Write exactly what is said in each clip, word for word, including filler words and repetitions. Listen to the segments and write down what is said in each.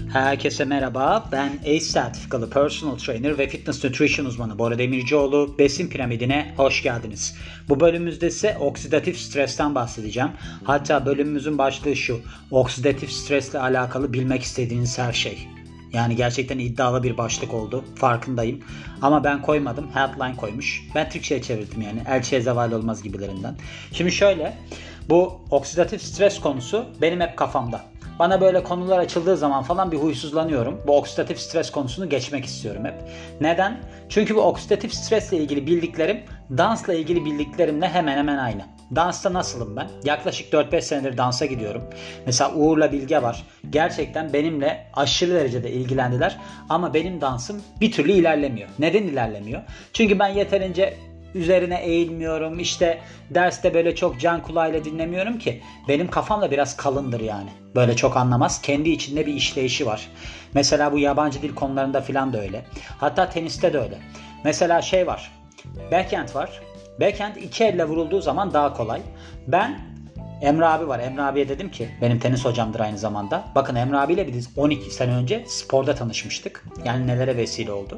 Herkese merhaba. Ben A C E sertifikalı personal trainer ve fitness nutrition uzmanı Bora Demircioğlu. Besin piramidine hoş geldiniz. Bu bölümümüzde ise oksidatif stresten bahsedeceğim. Hatta bölümümüzün başlığı şu: oksidatif stresle alakalı bilmek istediğiniz her şey. Yani gerçekten iddialı bir başlık oldu. Farkındayım. Ama ben koymadım. Headline koymuş. Ben Türkçe'ye çevirdim yani. Elçiye zeval olmaz gibilerinden. Şimdi şöyle. Bu oksidatif stres konusu benim hep kafamda. Bana böyle konular açıldığı zaman falan bir huysuzlanıyorum. Bu oksidatif stres konusunu geçmek istiyorum hep. Neden? Çünkü bu oksidatif stresle ilgili bildiklerim dansla ilgili bildiklerimle hemen hemen aynı. Dansta nasılım ben? Yaklaşık dört beş senedir dansa gidiyorum. Mesela Uğur'la Bilge var. Gerçekten benimle aşırı derecede ilgilendiler. Ama benim dansım bir türlü ilerlemiyor. Neden ilerlemiyor? Çünkü ben yeterince üzerine eğilmiyorum. İşte derste böyle çok can kulağıyla dinlemiyorum ki. Benim kafam da biraz kalındır yani. Böyle çok anlamaz. Kendi içinde bir işleyişi var. Mesela bu yabancı dil konularında falan da öyle. Hatta teniste de öyle. Mesela şey var. Backhand var. Backhand iki elle vurulduğu zaman daha kolay. Ben Emre abi var. Emre abiye dedim ki, benim tenis hocamdır aynı zamanda. Bakın Emre abiyle biz on iki sene önce sporda tanışmıştık. Yani nelere vesile oldu.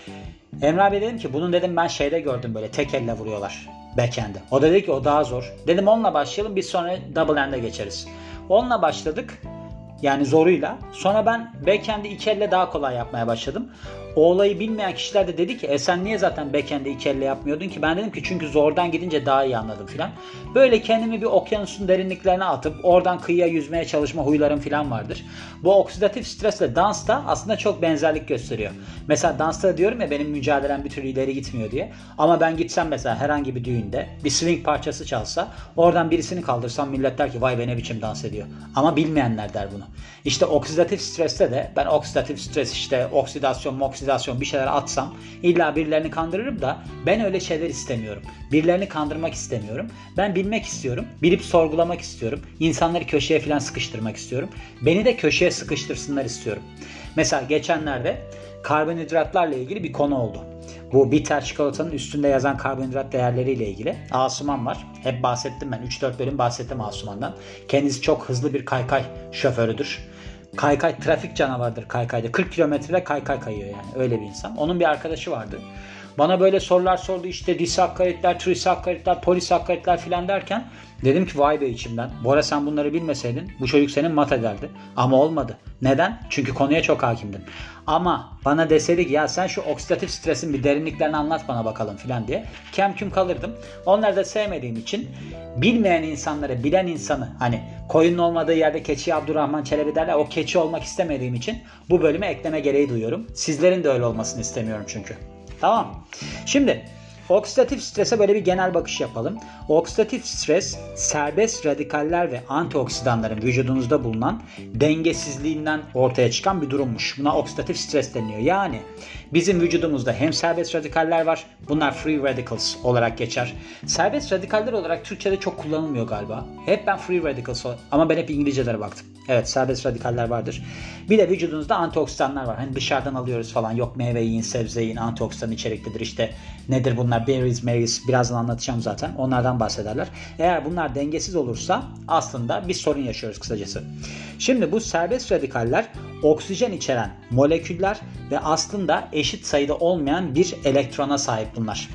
Emre abi dedim ki bunun dedim ben şeyde gördüm, böyle tek elle vuruyorlar backhand'e. O da dedi ki o daha zor. Dedim onunla başlayalım, biz sonra double hand'e geçeriz. Onunla başladık. Yani zoruyla. Sonra ben backhand'i iki elle daha kolay yapmaya başladım. O olayı bilmeyen kişiler de dedi ki e sen niye zaten backhand'i iki elle yapmıyordun ki? Ben dedim ki çünkü zordan gidince daha iyi anladım filan. Böyle kendimi bir okyanusun derinliklerine atıp oradan kıyıya yüzmeye çalışma huylarım filan vardır. Bu oksidatif stresle dansta aslında çok benzerlik gösteriyor. Mesela dansta diyorum ya benim mücadelem bir türlü ileri gitmiyor diye. Ama ben gitsem mesela herhangi bir düğünde bir swing parçası çalsa, oradan birisini kaldırsam millet der ki vay be ne biçim dans ediyor. Ama bilmeyenler der bunu. İşte oksidatif streste de ben oksidatif stres işte oksidasyon moksidasyon bir şeyler atsam illa birilerini kandırırım da ben öyle şeyler istemiyorum. Birilerini kandırmak istemiyorum. Ben bilmek istiyorum. Bilip sorgulamak istiyorum. İnsanları köşeye falan sıkıştırmak istiyorum. Beni de köşeye sıkıştırsınlar istiyorum. Mesela geçenlerde karbonhidratlarla ilgili bir konu oldu. Bu bitter çikolatanın üstünde yazan karbonhidrat değerleriyle ilgili. Asuman var. Hep bahsettim ben. üç dört bölüm bahsettim Asuman'dan. Kendisi çok hızlı bir kaykay şoförüdür. Kaykay trafik canavarıdır kaykayda. kırk kilometre kaykay kayıyor yani. Öyle bir insan. Onun bir arkadaşı vardı. Bana böyle sorular sordu, işte disakkaritler, trisakkaritler, polisakkaritler filan derken dedim ki vay be içimden. Bora sen bunları bilmeseydin bu çocuk senin mat ederdi. Ama olmadı. Neden? Çünkü konuya çok hakimdim. Ama bana deseydi ki ya sen şu oksidatif stresin bir derinliklerini anlat bana bakalım filan diye kemküm kalırdım. Onları da sevmediğim için bilmeyen insanları, bilen insanı, hani koyunun olmadığı yerde keçi Abdurrahman Çelebi derler, o keçi olmak istemediğim için bu bölüme ekleme gereği duyuyorum. Sizlerin de öyle olmasını istemiyorum çünkü. Tamam. Şimdi oksidatif strese böyle bir genel bakış yapalım. Oksidatif stres serbest radikaller ve antioksidanların vücudunuzda bulunan dengesizliğinden ortaya çıkan bir durummuş. Buna oksidatif stres deniliyor. Yani bizim vücudumuzda hem serbest radikaller var. Bunlar free radicals olarak geçer. Serbest radikaller olarak Türkçe'de çok kullanılmıyor galiba. Hep ben free radicals ama ben hep İngilizcelere baktım. Evet, serbest radikaller vardır. Bir de vücudunuzda antioksidanlar var. Hani dışarıdan alıyoruz falan. Yok meyve yiyin, sebze yiyin, antioksidan içeriklidir. İşte nedir bunlar? Berries, berries. Birazdan anlatacağım zaten. Onlardan bahsederler. Eğer bunlar dengesiz olursa aslında bir sorun yaşıyoruz kısacası. Şimdi bu serbest radikaller oksijen içeren moleküller ve aslında eşit sayıda olmayan bir elektrona sahip bunlar.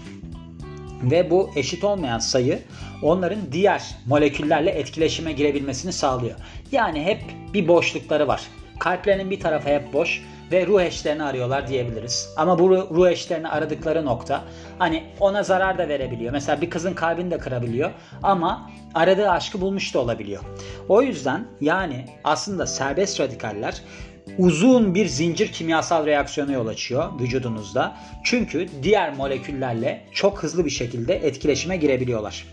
Ve bu eşit olmayan sayı onların diğer moleküllerle etkileşime girebilmesini sağlıyor. Yani hep bir boşlukları var. Kalplerinin bir tarafı hep boş ve ruh eşlerini arıyorlar diyebiliriz. Ama bu ruh eşlerini aradıkları nokta hani ona zarar da verebiliyor. Mesela bir kızın kalbini de kırabiliyor ama aradığı aşkı bulmuş da olabiliyor. O yüzden yani aslında serbest radikaller uzun bir zincir kimyasal reaksiyona yol açıyor vücudunuzda. Çünkü diğer moleküllerle çok hızlı bir şekilde etkileşime girebiliyorlar.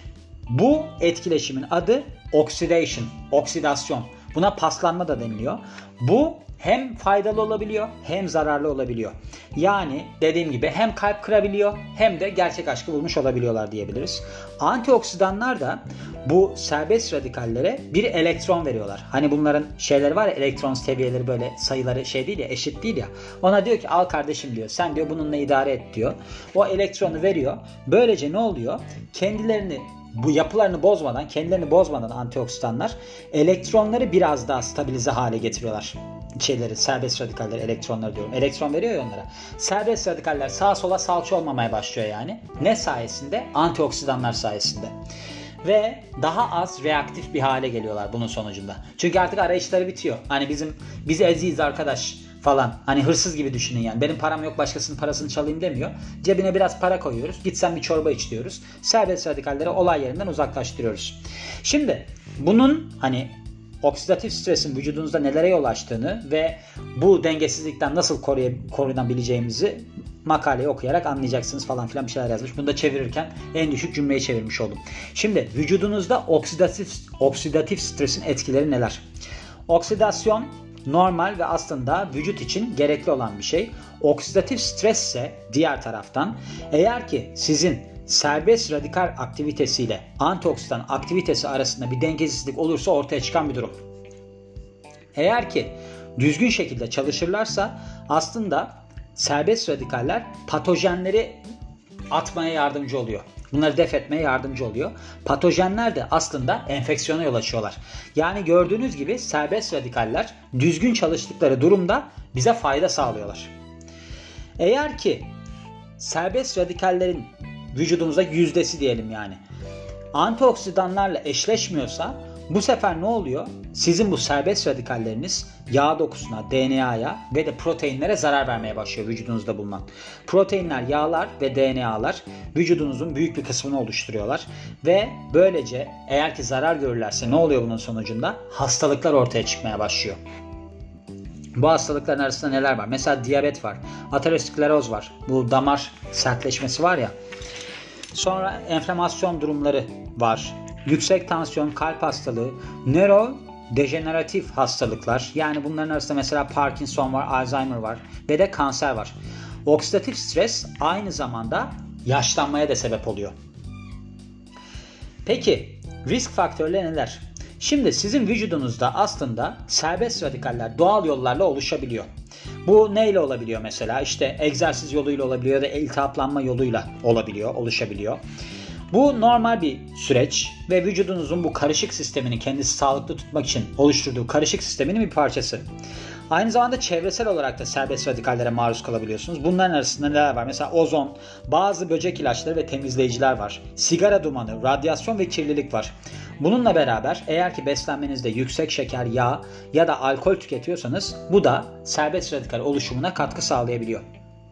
Bu etkileşimin adı oxidation, oksidasyon. Buna paslanma da deniliyor. Bu hem faydalı olabiliyor hem zararlı olabiliyor. Yani dediğim gibi hem kalp kırabiliyor hem de gerçek aşkı bulmuş olabiliyorlar diyebiliriz. Antioksidanlar da bu serbest radikallere bir elektron veriyorlar. Hani bunların şeyleri var ya, elektron seviyeleri böyle sayıları şey değil ya, eşit değil ya. Ona diyor ki al kardeşim diyor, sen diyor bununla idare et diyor. O elektronu veriyor. Böylece ne oluyor? Kendilerini bu yapılarını bozmadan, kendilerini bozmadan antioksidanlar elektronları biraz daha stabilize hale getiriyorlar. Şeyleri, serbest radikalleri, elektronları diyorum. Elektron veriyor ya onlara. Serbest radikaller sağa sola salça olmamaya başlıyor yani. Ne sayesinde? Antioksidanlar sayesinde. Ve daha az reaktif bir hale geliyorlar bunun sonucunda. Çünkü artık arayışları bitiyor. Hani bizim bizi eziyiz arkadaş falan. Hani hırsız gibi düşünün yani. Benim param yok, başkasının parasını çalayım demiyor. Cebine biraz para koyuyoruz. Git sen bir çorba iç diyoruz. Serbest radikalleri olay yerinden uzaklaştırıyoruz. Şimdi bunun hani oksidatif stresin vücudunuzda nelere yol açtığını ve bu dengesizlikten nasıl korunabileceğimizi makaleyi okuyarak anlayacaksınız falan filan bir şeyler yazmış. Bunu da çevirirken en düşük cümleyi çevirmiş oldum. Şimdi vücudunuzda oksidatif, oksidatif stresin etkileri neler? Oksidasyon normal ve aslında vücut için gerekli olan bir şey. Oksidatif stres ise diğer taraftan eğer ki sizin serbest radikal aktivitesiyle antioksidan aktivitesi arasında bir dengesizlik olursa ortaya çıkan bir durum. Eğer ki düzgün şekilde çalışırlarsa aslında serbest radikaller patojenleri atmaya yardımcı oluyor. Bunları def etmeye yardımcı oluyor. Patojenler de aslında enfeksiyona yol açıyorlar. Yani gördüğünüz gibi serbest radikaller düzgün çalıştıkları durumda bize fayda sağlıyorlar. Eğer ki serbest radikallerin vücudumuzda yüzdesi diyelim yani antioksidanlarla eşleşmiyorsa bu sefer ne oluyor? Sizin bu serbest radikalleriniz yağ dokusuna, D N A'ya ve de proteinlere zarar vermeye başlıyor vücudunuzda bulunan. Proteinler, yağlar ve D N A'lar vücudunuzun büyük bir kısmını oluşturuyorlar. Ve böylece eğer ki zarar görürlerse ne oluyor bunun sonucunda? Hastalıklar ortaya çıkmaya başlıyor. Bu hastalıkların arasında neler var? Mesela diyabet var, ateroskleroz var, bu damar sertleşmesi var ya. Sonra enflamasyon durumları var. Yüksek tansiyon, kalp hastalığı, nörodejeneratif hastalıklar. Yani bunların arasında mesela Parkinson var, Alzheimer var ve de kanser var. Oksidatif stres aynı zamanda yaşlanmaya da sebep oluyor. Peki risk faktörleri neler? Şimdi sizin vücudunuzda aslında serbest radikaller doğal yollarla oluşabiliyor. Bu neyle olabiliyor mesela? İşte egzersiz yoluyla olabiliyor ya da iltihaplanma yoluyla olabiliyor, oluşabiliyor. Bu normal bir süreç ve vücudunuzun bu karışık sistemini kendisi sağlıklı tutmak için oluşturduğu karışık sisteminin bir parçası. Aynı zamanda çevresel olarak da serbest radikallere maruz kalabiliyorsunuz. Bunların arasında neler var? Mesela ozon, bazı böcek ilaçları ve temizleyiciler var. Sigara dumanı, radyasyon ve kirlilik var. Bununla beraber eğer ki beslenmenizde yüksek şeker, yağ ya da alkol tüketiyorsanız bu da serbest radikal oluşumuna katkı sağlayabiliyor.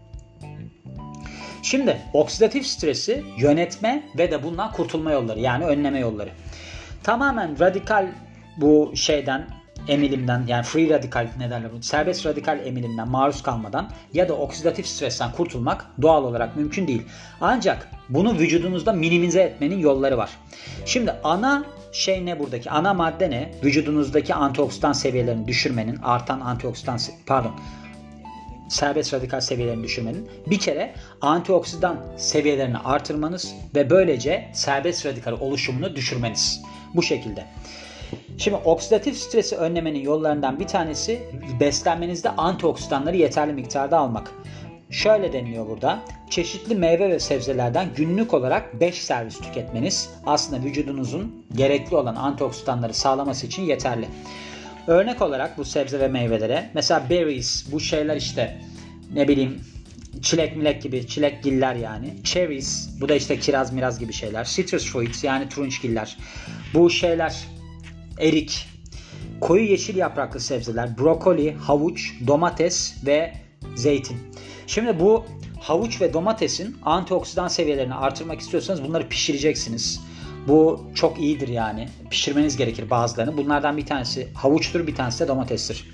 Şimdi oksidatif stresi yönetme ve de bundan kurtulma yolları yani önleme yolları. Tamamen radikal bu şeyden emilimden yani free radikal ne derler bunu serbest radikal emilimden maruz kalmadan ya da oksidatif stresten kurtulmak doğal olarak mümkün değil. Ancak bunu vücudunuzda minimize etmenin yolları var. Şimdi ana şey ne buradaki? Ana madde ne? Vücudunuzdaki antioksidan seviyelerini düşürmenin, artan antioksidan pardon serbest radikal seviyelerini düşürmenin bir kere antioksidan seviyelerini artırmanız ve böylece serbest radikal oluşumunu düşürmeniz. Bu şekilde. Şimdi oksidatif stresi önlemenin yollarından bir tanesi beslenmenizde antioksidanları yeterli miktarda almak. Şöyle deniliyor burada. Çeşitli meyve ve sebzelerden günlük olarak beş servis tüketmeniz aslında vücudunuzun gerekli olan antioksidanları sağlaması için yeterli. Örnek olarak bu sebze ve meyvelere mesela berries, bu şeyler işte ne bileyim çilek milek gibi çilekgiller yani. Cherries, bu da işte kiraz miraz gibi şeyler. Citrus fruits yani turunçgiller. Bu şeyler erik, koyu yeşil yapraklı sebzeler, brokoli, havuç, domates ve zeytin. Şimdi bu havuç ve domatesin antioksidan seviyelerini artırmak istiyorsanız bunları pişireceksiniz. Bu çok iyidir yani. Pişirmeniz gerekir bazılarını. Bunlardan bir tanesi havuçtur, bir tanesi de domatestir.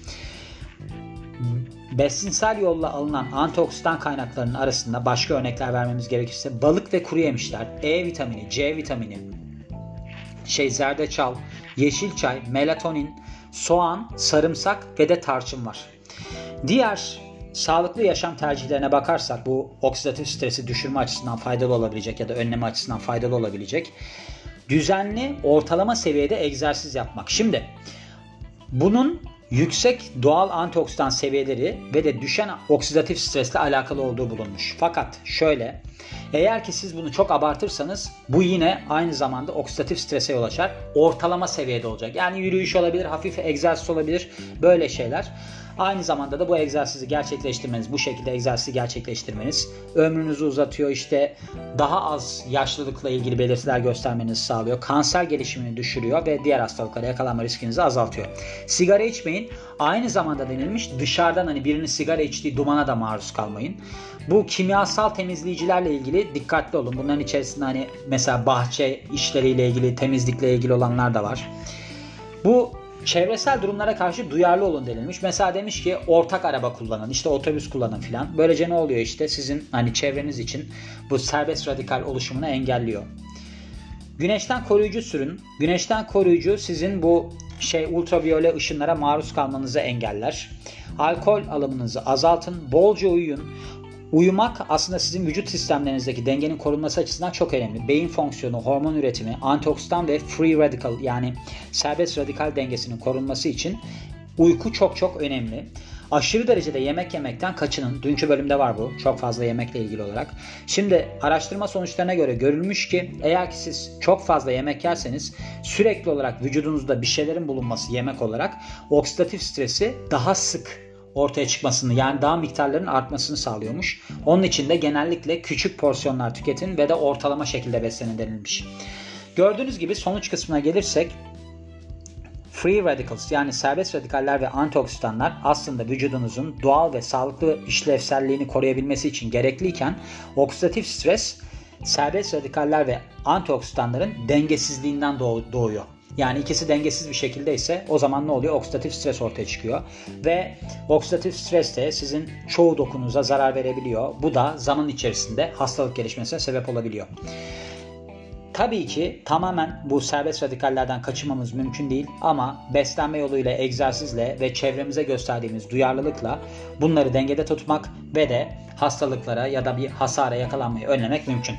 Besinsel yolla alınan antioksidan kaynaklarının arasında başka örnekler vermemiz gerekirse balık ve kuru yemişler, E vitamini, C vitamini, şey zerdeçal, yeşil çay, melatonin, soğan, sarımsak ve de tarçın var. Diğer sağlıklı yaşam tercihlerine bakarsak bu oksidatif stresi düşürme açısından faydalı olabilecek ya da önleme açısından faydalı olabilecek düzenli ortalama seviyede egzersiz yapmak. Şimdi bunun yüksek doğal antioksidan seviyeleri ve de düşen oksidatif stresle alakalı olduğu bulunmuş. Fakat şöyle, eğer ki siz bunu çok abartırsanız bu yine aynı zamanda oksidatif strese yol açar. Ortalama seviyede olacak. Yani yürüyüş olabilir, hafif egzersiz olabilir, böyle şeyler. Aynı zamanda da bu egzersizi gerçekleştirmeniz, bu şekilde egzersizi gerçekleştirmeniz ömrünüzü uzatıyor, işte daha az yaşlılıkla ilgili belirtiler göstermenizi sağlıyor, kanser gelişimini düşürüyor ve diğer hastalıklara yakalanma riskinizi azaltıyor. Sigara içmeyin. Aynı zamanda denilmiş, dışarıdan hani birinin sigara içtiği dumana da maruz kalmayın. Bu kimyasal temizleyicilerle ilgili dikkatli olun. Bunların içerisinde hani mesela bahçe işleriyle ilgili, temizlikle ilgili olanlar da var. Bu çevresel durumlara karşı duyarlı olun denilmiş. Mesela demiş ki ortak araba kullanın, işte otobüs kullanın filan. Böylece ne oluyor, işte sizin hani çevreniz için bu serbest radikal oluşumunu engelliyor. Güneşten koruyucu sürün. Güneşten koruyucu sizin bu şey ultraviyole ışınlara maruz kalmanızı engeller. Alkol alımınızı azaltın. Bolca uyuyun. Uyumak aslında sizin vücut sistemlerinizdeki dengenin korunması açısından çok önemli. Beyin fonksiyonu, hormon üretimi, antioksidan ve free radical yani serbest radikal dengesinin korunması için uyku çok çok önemli. Aşırı derecede yemek yemekten kaçının. Dünkü bölümde var bu. Çok fazla yemekle ilgili olarak. Şimdi araştırma sonuçlarına göre görülmüş ki eğer ki siz çok fazla yemek yerseniz sürekli olarak vücudunuzda bir şeylerin bulunması yemek olarak oksidatif stresi daha sık ortaya çıkmasını, yani daha miktarların artmasını sağlıyormuş. Onun için de genellikle küçük porsiyonlar tüketin ve de ortalama şekilde beslenin denilmiş. Gördüğünüz gibi sonuç kısmına gelirsek free radicals yani serbest radikaller ve antioksidanlar aslında vücudunuzun doğal ve sağlıklı işlevselliğini koruyabilmesi için gerekliyken oksidatif stres serbest radikaller ve antioksidanların dengesizliğinden doğuyor. Yani ikisi dengesiz bir şekilde ise o zaman ne oluyor? Oksidatif stres ortaya çıkıyor. Ve oksidatif stres de sizin çoğu dokunuza zarar verebiliyor. Bu da zaman içerisinde hastalık gelişmesine sebep olabiliyor. Tabii ki tamamen bu serbest radikallerden kaçınmamız mümkün değil ama beslenme yoluyla, egzersizle ve çevremize gösterdiğimiz duyarlılıkla bunları dengede tutmak ve de hastalıklara ya da bir hasara yakalanmayı önlemek mümkün.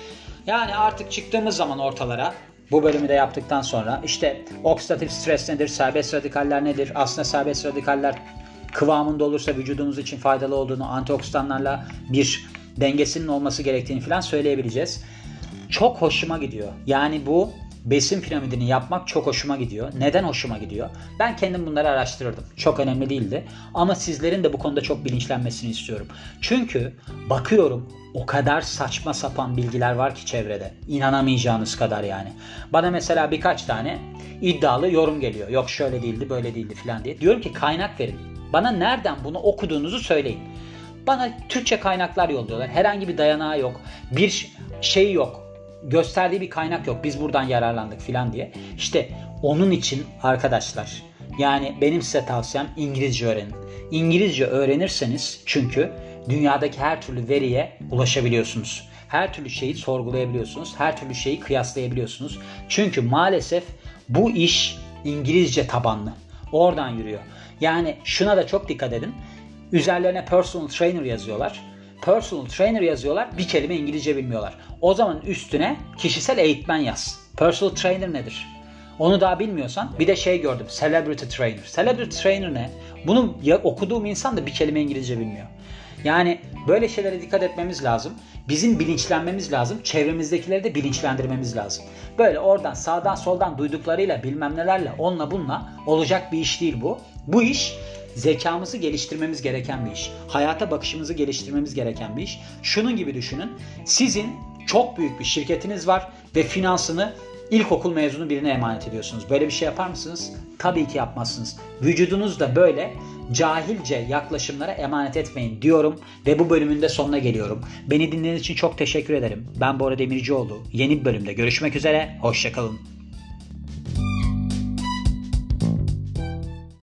Yani artık çıktığımız zaman ortalara, bu bölümü de yaptıktan sonra işte oksidatif stres nedir, serbest radikaller nedir, aslında serbest radikaller kıvamında olursa vücudumuz için faydalı olduğunu, antioksidanlarla bir dengesinin olması gerektiğini falan söyleyebileceğiz. Çok hoşuma gidiyor. Yani bu besin piramidini yapmak çok hoşuma gidiyor. Neden hoşuma gidiyor? Ben kendim bunları araştırırdım. Çok önemli değildi. Ama sizlerin de bu konuda çok bilinçlenmesini istiyorum. Çünkü bakıyorum o kadar saçma sapan bilgiler var ki çevrede. İnanamayacağınız kadar yani. Bana mesela birkaç tane iddialı yorum geliyor. Yok şöyle değildi, böyle değildi falan diye. Diyorum ki kaynak verin. Bana nereden bunu okuduğunuzu söyleyin. Bana Türkçe kaynaklar yolluyorlar. Herhangi bir dayanağı yok. Bir şey yok. Gösterdiği bir kaynak yok. Biz buradan yararlandık filan diye. İşte onun için arkadaşlar, yani benim size tavsiyem İngilizce öğrenin. İngilizce öğrenirseniz çünkü dünyadaki her türlü veriye ulaşabiliyorsunuz. Her türlü şeyi sorgulayabiliyorsunuz. Her türlü şeyi kıyaslayabiliyorsunuz. Çünkü maalesef bu iş İngilizce tabanlı. Oradan yürüyor. Yani şuna da çok dikkat edin. Üzerlerine personal trainer yazıyorlar. Personal trainer yazıyorlar. Bir kelime İngilizce bilmiyorlar. O zaman üstüne kişisel eğitmen yaz. Personal trainer nedir? Onu daha bilmiyorsan bir de şey gördüm. Celebrity trainer. Celebrity trainer ne? Bunu ya, okuduğum insan da bir kelime İngilizce bilmiyor. Yani böyle şeylere dikkat etmemiz lazım. Bizim bilinçlenmemiz lazım. Çevremizdekileri de bilinçlendirmemiz lazım. Böyle oradan sağdan soldan duyduklarıyla bilmem nelerle onunla bununla olacak bir iş değil bu. Bu iş zekamızı geliştirmemiz gereken bir iş. Hayata bakışımızı geliştirmemiz gereken bir iş. Şunun gibi düşünün. Sizin çok büyük bir şirketiniz var ve finansını ilkokul mezunu birine emanet ediyorsunuz. Böyle bir şey yapar mısınız? Tabii ki yapmazsınız. Vücudunuz da böyle cahilce yaklaşımlara emanet etmeyin diyorum ve bu bölümün de sonuna geliyorum. Beni dinlediğiniz için çok teşekkür ederim. Ben Bora Demircioğlu. Yeni bir bölümde görüşmek üzere. Hoşça kalın.